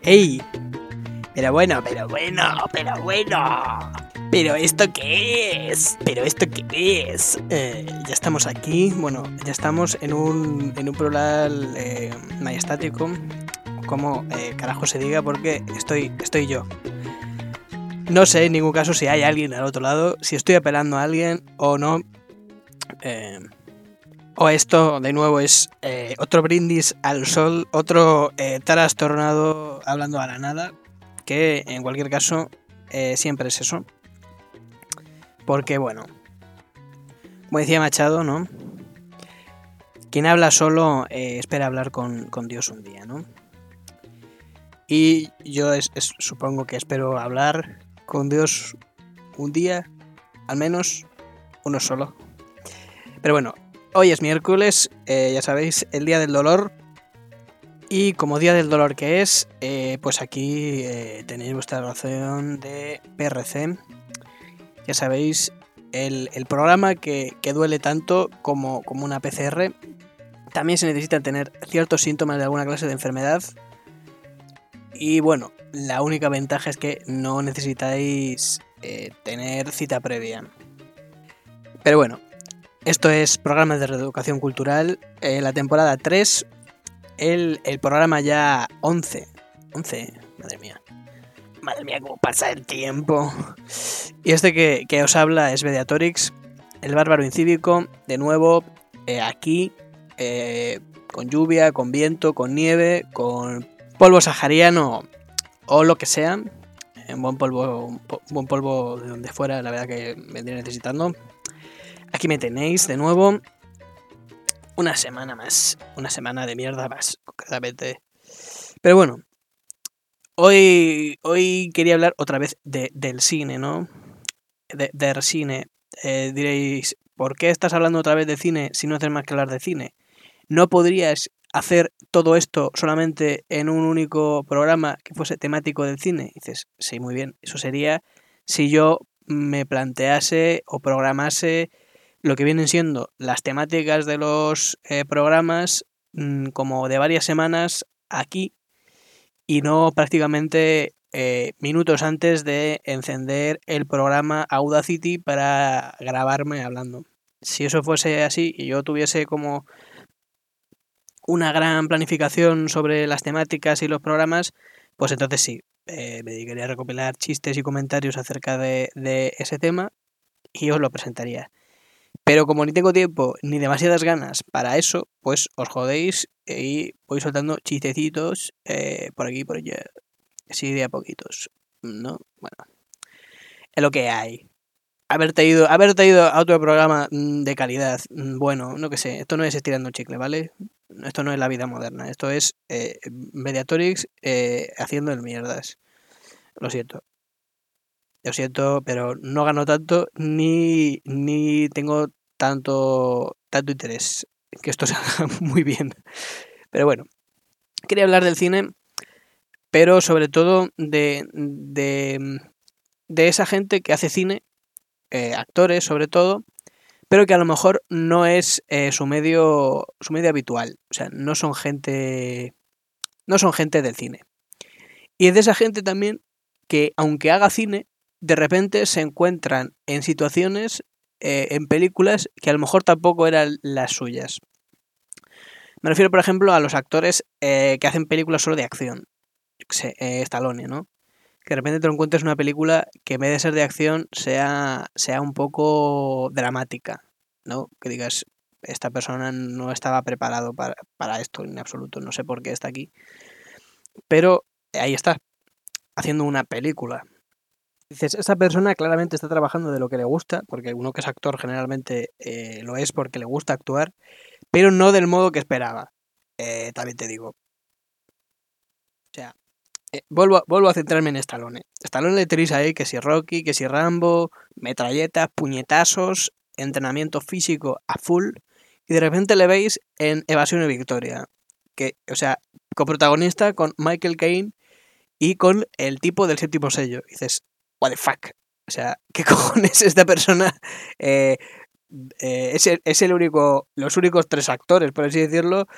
¡Ey! Pero bueno. ¿Pero esto qué es? Ya estamos aquí. Bueno, ya estamos en un plural majestático. Como carajo se diga, porque estoy yo. No sé en ningún caso si hay alguien al otro lado, si estoy apelando a alguien o no. O esto, de nuevo, es otro brindis al sol, otro trastornado hablando a la nada, que en cualquier caso siempre es eso. Porque, bueno, como decía Machado, ¿no? Quien habla solo espera hablar con Dios un día, ¿no? Y yo supongo que espero hablar con Dios un día, al menos uno solo. Pero bueno, hoy es miércoles, ya sabéis, el día del dolor. Y como día del dolor que es, pues aquí tenéis vuestra ración de PRC. Ya sabéis, el programa que duele tanto como una PCR. También se necesitan tener ciertos síntomas de alguna clase de enfermedad. Y bueno, la única ventaja es que no necesitáis tener cita previa. Pero bueno, esto es programa de reeducación cultural, la temporada 3, el programa ya 11, madre mía, cómo pasa el tiempo. Y este que os habla es Mediatorix, el bárbaro incívico, de nuevo, aquí, con lluvia, con viento, con nieve, con polvo sahariano o lo que sea, buen polvo de donde fuera, la verdad que vendría necesitando. Aquí me tenéis de nuevo, una semana más, una semana de mierda más, concretamente. Pero bueno, hoy quería hablar otra vez del cine, ¿no? Del cine. Diréis, ¿por qué estás hablando otra vez de cine si no haces más que hablar de cine? ¿No podrías hacer todo esto solamente en un único programa que fuese temático del cine? Y dices, sí, muy bien, eso sería si yo me plantease o programase lo que vienen siendo las temáticas de los programas como de varias semanas aquí y no prácticamente minutos antes de encender el programa Audacity para grabarme hablando. Si eso fuese así y yo tuviese como una gran planificación sobre las temáticas y los programas, pues entonces sí, me dedicaría a recopilar chistes y comentarios acerca de ese tema y os lo presentaría. Pero como ni tengo tiempo ni demasiadas ganas para eso, pues os jodéis y voy soltando chistecitos por aquí y por allá. Así de a poquitos, ¿no? Bueno, es lo que hay. Haberte ido a otro programa de calidad, bueno, no que sé, esto no es estirando chicle, ¿vale? Esto no es la vida moderna, esto es Mediatorix haciendo el mierdas. Lo siento, pero no gano tanto ni tengo tanto interés que esto salga muy bien. Pero bueno, quería hablar del cine, pero sobre todo de esa gente que hace cine, actores sobre todo, pero que a lo mejor no es su medio habitual, o sea, no son gente del cine. Y es de esa gente también que, aunque haga cine, de repente se encuentran en situaciones, en películas que a lo mejor tampoco eran las suyas. Me refiero, por ejemplo, a los actores que hacen películas solo de acción. Yo qué sé, Stallone, ¿no? Que de repente te lo encuentres en una película que en vez de ser de acción sea un poco dramática, ¿no? Que digas, esta persona no estaba preparado para esto en absoluto, no sé por qué está aquí. Pero ahí está, haciendo una película. Dices, esta persona claramente está trabajando de lo que le gusta, porque uno que es actor generalmente lo es porque le gusta actuar, pero no del modo que esperaba. También te digo. O sea, vuelvo a centrarme en Stallone. Stallone le tenéis ahí que si Rocky, que si Rambo, metralletas, puñetazos, entrenamiento físico a full, y de repente le veis en Evasión y Victoria, que, o sea, coprotagonista con Michael Caine y con el tipo del séptimo sello. Y dices, what the fuck, o sea, ¿qué cojones esta persona? Es el único, los únicos tres actores, por así decirlo,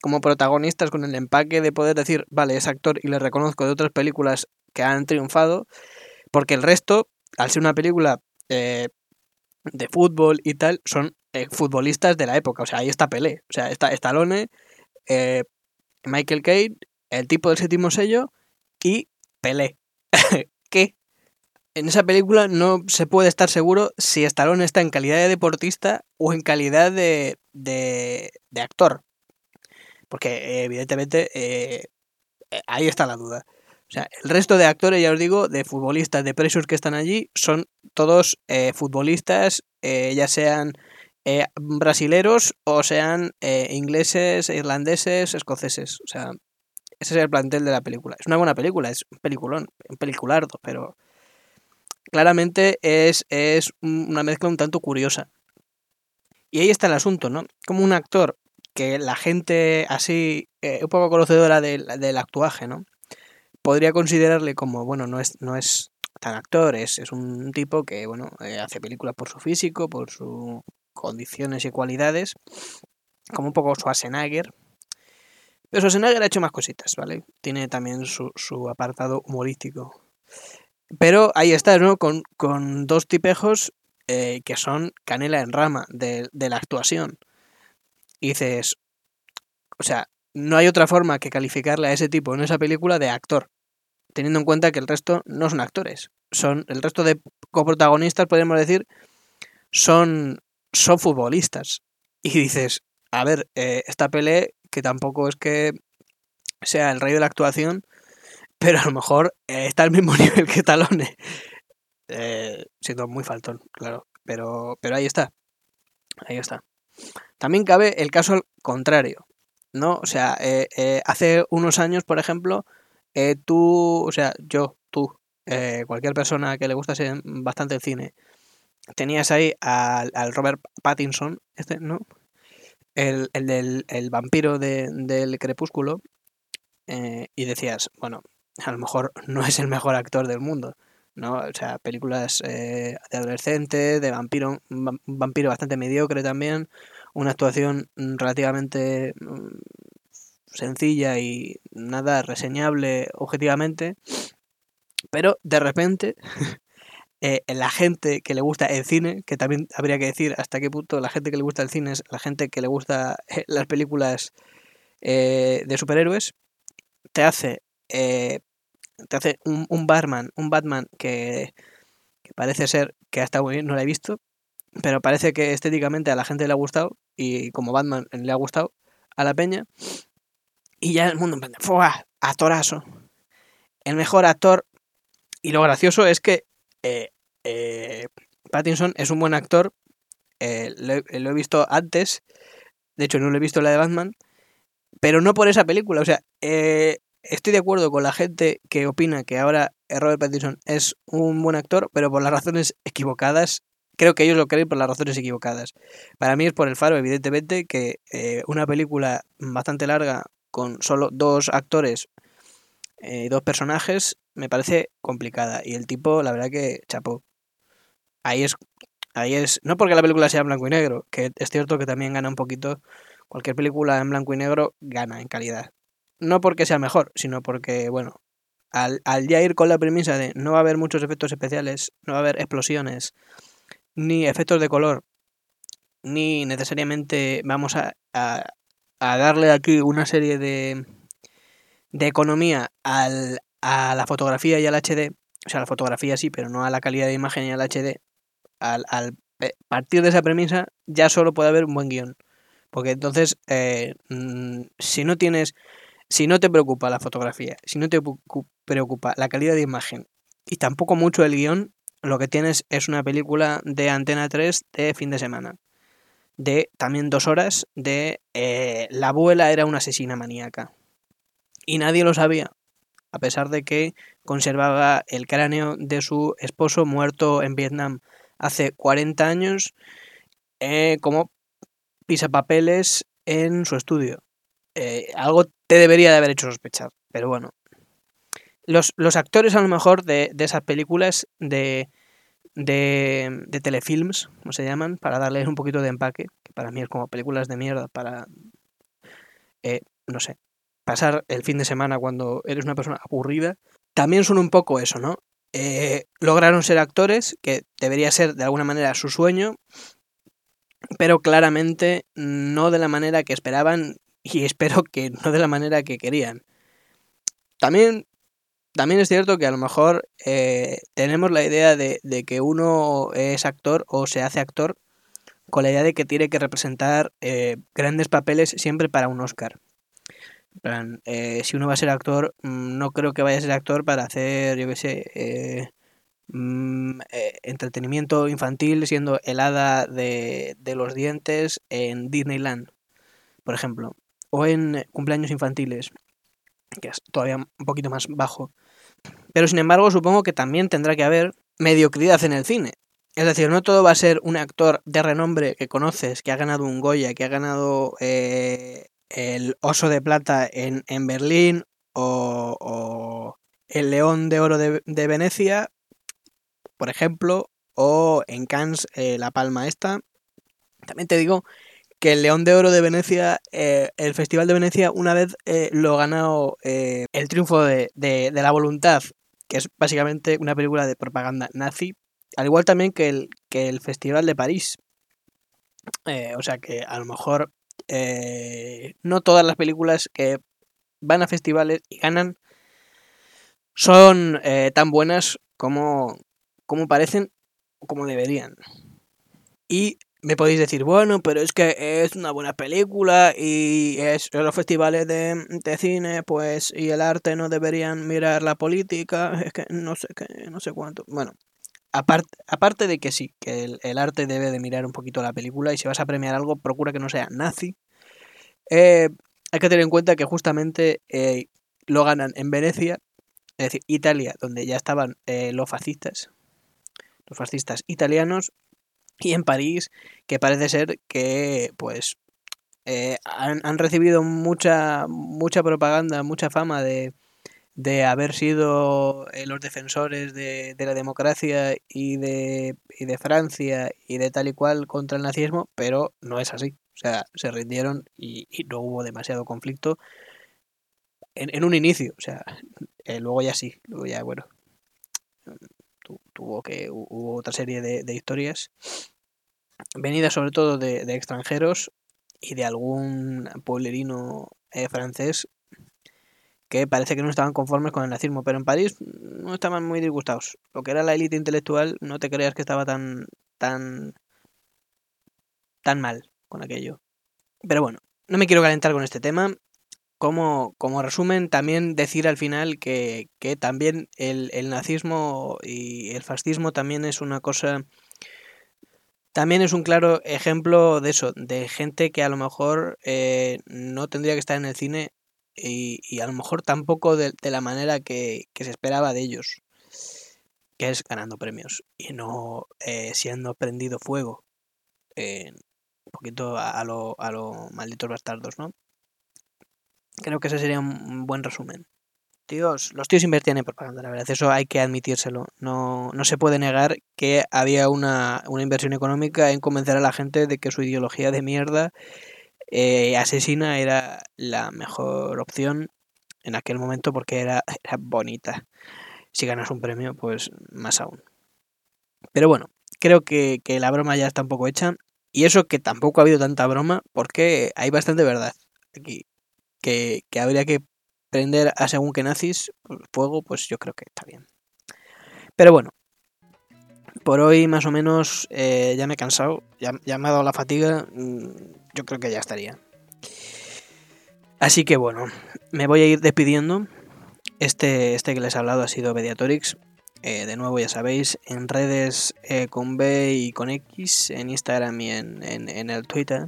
como protagonistas con el empaque de poder decir, vale, es actor y le reconozco de otras películas que han triunfado, porque el resto, al ser una película de fútbol y tal, son futbolistas de la época. O sea, ahí está Pelé, o sea, está Stallone, eh, Michael Caine, el tipo del séptimo sello y Pelé. ¿Qué? En esa película no se puede estar seguro si Stallone está en calidad de deportista o en calidad de actor. Porque evidentemente ahí está la duda. O sea, el resto de actores, ya os digo, de futbolistas, de presos que están allí, son todos futbolistas, ya sean brasileros o sean ingleses, irlandeses, escoceses. O sea, ese es el plantel de la película. Es una buena película, es un peliculón, un peliculardo, pero claramente es una mezcla un tanto curiosa. Y ahí está el asunto, ¿no? Como un actor que la gente así, un poco conocedora del actuaje, ¿no? Podría considerarle como, bueno, no es tan actor, es un tipo que, bueno, hace películas por su físico, por sus condiciones y cualidades, como un poco Schwarzenegger. Pero Schwarzenegger ha hecho más cositas, ¿vale? Tiene también su apartado humorístico. Pero ahí está, ¿no? Con dos tipejos que son canela en rama de la actuación. Y dices, o sea, no hay otra forma que calificarle a ese tipo en esa película de actor, teniendo en cuenta que el resto no son actores. Son el resto de coprotagonistas, podríamos decir, son futbolistas. Y dices, a ver, esta Pelé, que tampoco es que sea el rey de la actuación, pero a lo mejor está al mismo nivel que Stallone. Siendo muy faltón, claro. Pero ahí está. Ahí está. También cabe el caso al contrario, ¿no? O sea, hace unos años, por ejemplo, tú, o sea, tú, cualquier persona que le gustase bastante el cine, tenías ahí al Robert Pattinson, ¿no? El del el vampiro del Crepúsculo, y decías, bueno, a lo mejor no es el mejor actor del mundo, ¿no? O sea, películas de adolescente, de vampiro, un vampiro bastante mediocre también, una actuación relativamente sencilla y nada reseñable objetivamente, pero de repente la gente que le gusta el cine, que también habría que decir hasta qué punto la gente que le gusta el cine es la gente que le gusta las películas de superhéroes, te hace un Batman que parece ser que ha estado muy bien, no lo he visto, pero parece que estéticamente a la gente le ha gustado y como Batman le ha gustado a la peña y ya el mundo en plan de ¡fua! Actorazo, el mejor actor. Y lo gracioso es que eh, eh, Pattinson es un buen actor, lo he visto antes, de hecho no lo he visto en la de Batman, pero no por esa película, o sea, estoy de acuerdo con la gente que opina que ahora Robert Pattinson es un buen actor, pero por las razones equivocadas. Creo que ellos lo creen por las razones equivocadas. Para mí es por el Faro, evidentemente, que una película bastante larga con solo dos actores y dos personajes me parece complicada. Y el tipo, la verdad que chapó. Ahí es, ahí es, no porque la película sea en blanco y negro, que es cierto que también gana un poquito. Cualquier película en blanco y negro gana en calidad. No porque sea mejor, sino porque, bueno, al ya ir con la premisa de no va a haber muchos efectos especiales, no va a haber explosiones, ni efectos de color, ni necesariamente vamos a darle aquí una serie de economía a la fotografía y al HD, o sea, la fotografía sí, pero no a la calidad de imagen y al HD, al partir de esa premisa ya solo puede haber un buen guión. Porque entonces, si no te preocupa la fotografía, si no te preocupa la calidad de imagen y tampoco mucho el guión, lo que tienes es una película de Antena 3 de fin de semana. De también 2 horas de la abuela era una asesina maníaca. Y nadie lo sabía, a pesar de que conservaba el cráneo de su esposo muerto en Vietnam hace 40 años como pisapapeles en su estudio. Algo te debería de haber hecho sospechar, pero bueno. Los actores a lo mejor de esas películas de telefilms, como se llaman, para darles un poquito de empaque, que para mí es como películas de mierda, para no sé, pasar el fin de semana cuando eres una persona aburrida. También son un poco eso, ¿no? Lograron ser actores, que debería ser de alguna manera su sueño, pero claramente no de la manera que esperaban y espero que no de la manera que querían. También es cierto que a lo mejor tenemos la idea de que uno es actor o se hace actor con la idea de que tiene que representar grandes papeles siempre para un Oscar. En plan, si uno va a ser actor, no creo que vaya a ser actor para hacer, yo qué sé, entretenimiento infantil siendo el hada de los dientes en Disneyland, por ejemplo, o en cumpleaños infantiles, que es todavía un poquito más bajo. Pero sin embargo, supongo que también tendrá que haber mediocridad en el cine. Es decir, no todo va a ser un actor de renombre que conoces, que ha ganado un Goya, que ha ganado el Oso de Plata en Berlín o el León de Oro de Venecia, por ejemplo, o en Cannes la Palma esta. También te digo que el León de Oro de Venecia, el Festival de Venecia, una vez lo ganó El Triunfo de la Voluntad, que es básicamente una película de propaganda nazi, al igual también que el Festival de París. O sea que a lo mejor no todas las películas que van a festivales y ganan son tan buenas como parecen o como deberían. Y me podéis decir, bueno, pero es que es una buena película y los festivales de cine, pues, y el arte no deberían mirar la política, es que no sé qué, no sé cuánto. Bueno, aparte de que sí, que el arte debe de mirar un poquito la película y si vas a premiar algo, procura que no sea nazi. Hay que tener en cuenta que justamente lo ganan en Venecia, es decir, Italia, donde ya estaban los fascistas italianos, y en París, que parece ser que pues han recibido mucha propaganda, mucha fama de haber sido los defensores de la democracia y de Francia y de tal y cual contra el nazismo, pero no es así. O sea, se rindieron y no hubo demasiado conflicto en un inicio. O sea, luego ya sí, luego ya, bueno, hubo otra serie de historias venidas sobre todo de extranjeros y de algún pueblerino francés que parece que no estaban conformes con el nazismo, pero en París no estaban muy disgustados. Lo que era la élite intelectual, no te creas que estaba tan mal con aquello. Pero bueno, no me quiero calentar con este tema. Como resumen, también decir al final que también el nazismo y el fascismo también es una cosa. También es un claro ejemplo de eso, de gente que a lo mejor no tendría que estar en el cine y a lo mejor tampoco de la manera que se esperaba de ellos, que es ganando premios y no siendo prendido fuego, un poquito a lo malditos bastardos, ¿no? Creo que ese sería un buen resumen. Los tíos invertían en propaganda, la verdad, eso hay que admitírselo. No se puede negar que había una inversión económica en convencer a la gente de que su ideología de mierda asesina era la mejor opción en aquel momento porque era bonita. Si ganas un premio, pues más aún. Pero bueno, creo que la broma ya está un poco hecha. Y eso que tampoco ha habido tanta broma porque hay bastante verdad aquí. Que habría que prender a según que nazis fuego, pues yo creo que está bien. Pero bueno, por hoy más o menos ya me he cansado, ya me ha dado la fatiga, yo creo que ya estaría. Así que bueno, me voy a ir despidiendo. Este que les he hablado ha sido Mediatorix. De nuevo ya sabéis, en redes con B y con X, en Instagram y en el Twitter.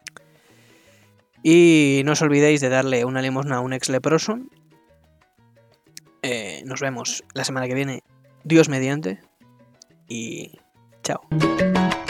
Y no os olvidéis de darle una limosna a un ex leproso. Nos vemos la semana que viene, Dios mediante, y chao.